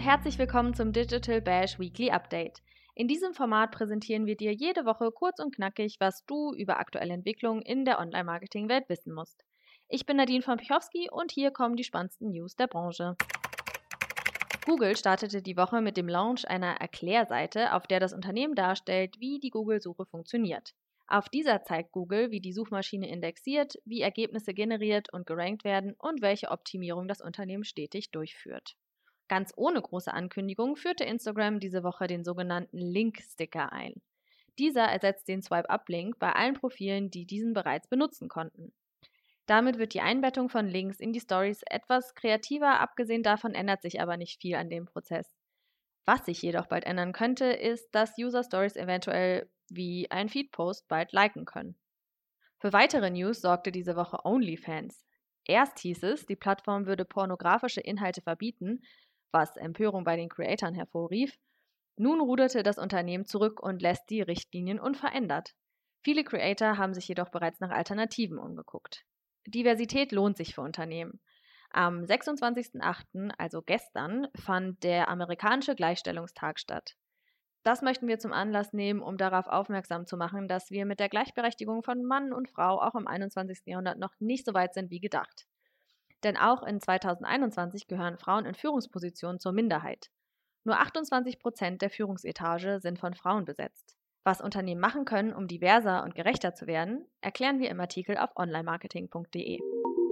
herzlich willkommen zum Digital Bash Weekly Update. In diesem Format präsentieren wir dir jede Woche kurz und knackig, was du über aktuelle Entwicklungen in der Online-Marketing-Welt wissen musst. Ich bin Nadine von Pichowski und hier kommen die spannendsten News der Branche. Google startete die Woche mit dem Launch einer Erklärseite, auf der das Unternehmen darstellt, wie die Google-Suche funktioniert. Auf dieser zeigt Google, wie die Suchmaschine indexiert, wie Ergebnisse generiert und gerankt werden und welche Optimierung das Unternehmen stetig durchführt. Ganz ohne große Ankündigung führte Instagram diese Woche den sogenannten Link-Sticker ein. Dieser ersetzt den Swipe-Up-Link bei allen Profilen, die diesen bereits benutzen konnten. Damit wird die Einbettung von Links in die Stories etwas kreativer, abgesehen davon ändert sich aber nicht viel an dem Prozess. Was sich jedoch bald ändern könnte, ist, dass User Stories eventuell wie ein Feed-Post bald liken können. Für weitere News sorgte diese Woche OnlyFans. Erst hieß es, die Plattform würde pornografische Inhalte verbieten, was Empörung bei den Creatoren hervorrief. Nun ruderte das Unternehmen zurück und lässt die Richtlinien unverändert. Viele Creator haben sich jedoch bereits nach Alternativen umgeguckt. Diversität lohnt sich für Unternehmen. Am 26.08., also gestern, fand der amerikanische Gleichstellungstag statt. Das möchten wir zum Anlass nehmen, um darauf aufmerksam zu machen, dass wir mit der Gleichberechtigung von Mann und Frau auch im 21. Jahrhundert noch nicht so weit sind wie gedacht. Denn auch in 2021 gehören Frauen in Führungspositionen zur Minderheit. Nur 28% der Führungsetage sind von Frauen besetzt. Was Unternehmen machen können, um diverser und gerechter zu werden, erklären wir im Artikel auf onlinemarketing.de.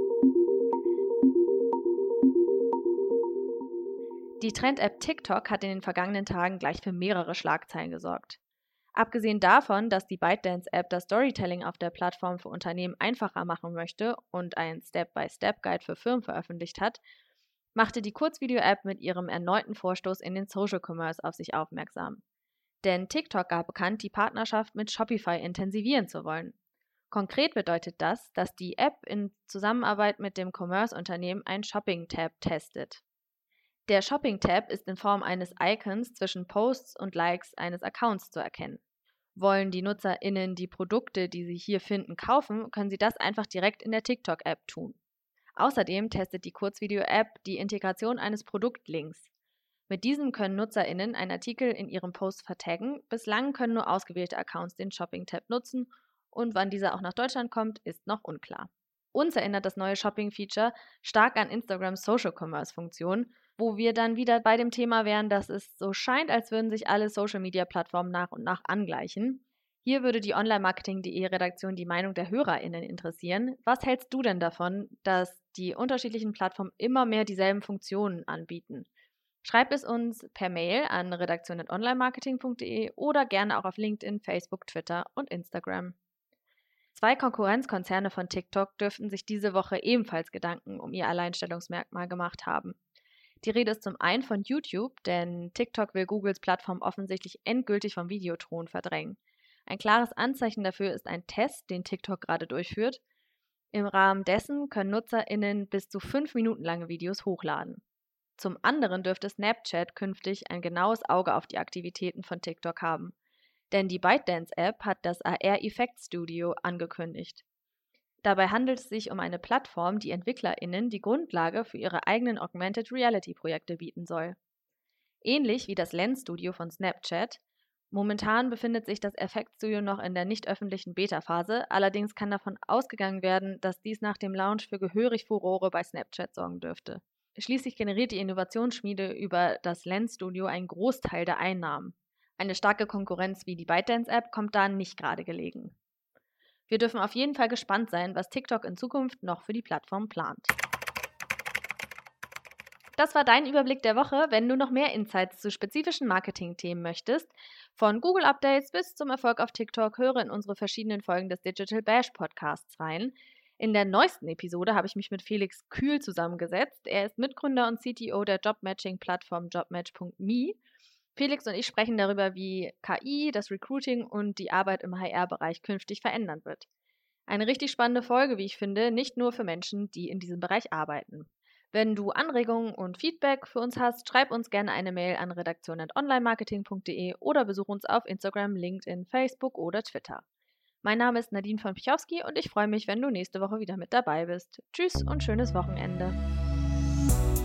Die Trend-App TikTok hat in den vergangenen Tagen gleich für mehrere Schlagzeilen gesorgt. Abgesehen davon, dass die ByteDance-App das Storytelling auf der Plattform für Unternehmen einfacher machen möchte und einen Step-by-Step-Guide für Firmen veröffentlicht hat, machte die Kurzvideo-App mit ihrem erneuten Vorstoß in den Social Commerce auf sich aufmerksam. Denn TikTok gab bekannt, die Partnerschaft mit Shopify intensivieren zu wollen. Konkret bedeutet das, dass die App in Zusammenarbeit mit dem Commerce-Unternehmen ein Shopping-Tab testet. Der Shopping-Tab ist in Form eines Icons zwischen Posts und Likes eines Accounts zu erkennen. Wollen die NutzerInnen die Produkte, die sie hier finden, kaufen, können sie das einfach direkt in der TikTok-App tun. Außerdem testet die Kurzvideo-App die Integration eines Produktlinks. Mit diesem können NutzerInnen einen Artikel in ihrem Post vertaggen. Bislang können nur ausgewählte Accounts den Shopping-Tab nutzen und wann dieser auch nach Deutschland kommt, ist noch unklar. Uns erinnert das neue Shopping-Feature stark an Instagrams Social-Commerce-Funktion, wo wir dann wieder bei dem Thema wären, dass es so scheint, als würden sich alle Social-Media-Plattformen nach und nach angleichen. Hier würde die Onlinemarketing.de-Redaktion die Meinung der HörerInnen interessieren. Was hältst du denn davon, dass die unterschiedlichen Plattformen immer mehr dieselben Funktionen anbieten? Schreib es uns per Mail an redaktion@onlinemarketing.de oder gerne auch auf LinkedIn, Facebook, Twitter und Instagram. 2 Konkurrenzkonzerne von TikTok dürften sich diese Woche ebenfalls Gedanken um ihr Alleinstellungsmerkmal gemacht haben. Die Rede ist zum einen von YouTube, denn TikTok will Googles Plattform offensichtlich endgültig vom Videoton verdrängen. Ein klares Anzeichen dafür ist ein Test, den TikTok gerade durchführt. Im Rahmen dessen können NutzerInnen bis zu 5 Minuten lange Videos hochladen. Zum anderen dürfte Snapchat künftig ein genaues Auge auf die Aktivitäten von TikTok haben. Denn die ByteDance-App hat das AR Effect Studio angekündigt. Dabei handelt es sich um eine Plattform, die EntwicklerInnen die Grundlage für ihre eigenen Augmented Reality-Projekte bieten soll. Ähnlich wie das Lens Studio von Snapchat. Momentan befindet sich das Effect Studio noch in der nicht öffentlichen Beta-Phase, allerdings kann davon ausgegangen werden, dass dies nach dem Launch für gehörig Furore bei Snapchat sorgen dürfte. Schließlich generiert die Innovationsschmiede über das Lens Studio einen Großteil der Einnahmen. Eine starke Konkurrenz wie die ByteDance-App kommt da nicht gerade gelegen. Wir dürfen auf jeden Fall gespannt sein, was TikTok in Zukunft noch für die Plattform plant. Das war dein Überblick der Woche. Wenn du noch mehr Insights zu spezifischen Marketing-Themen möchtest, von Google-Updates bis zum Erfolg auf TikTok, höre in unsere verschiedenen Folgen des Digital Bash Podcasts rein. In der neuesten Episode habe ich mich mit Felix Kühl zusammengesetzt. Er ist Mitgründer und CTO der Jobmatching-Plattform jobmatch.me. Felix und ich sprechen darüber, wie KI, das Recruiting und die Arbeit im HR-Bereich künftig verändern wird. Eine richtig spannende Folge, wie ich finde, nicht nur für Menschen, die in diesem Bereich arbeiten. Wenn du Anregungen und Feedback für uns hast, schreib uns gerne eine Mail an redaktion@onlinemarketing.de oder besuch uns auf Instagram, LinkedIn, Facebook oder Twitter. Mein Name ist Nadine von Pichowski und ich freue mich, wenn du nächste Woche wieder mit dabei bist. Tschüss und schönes Wochenende.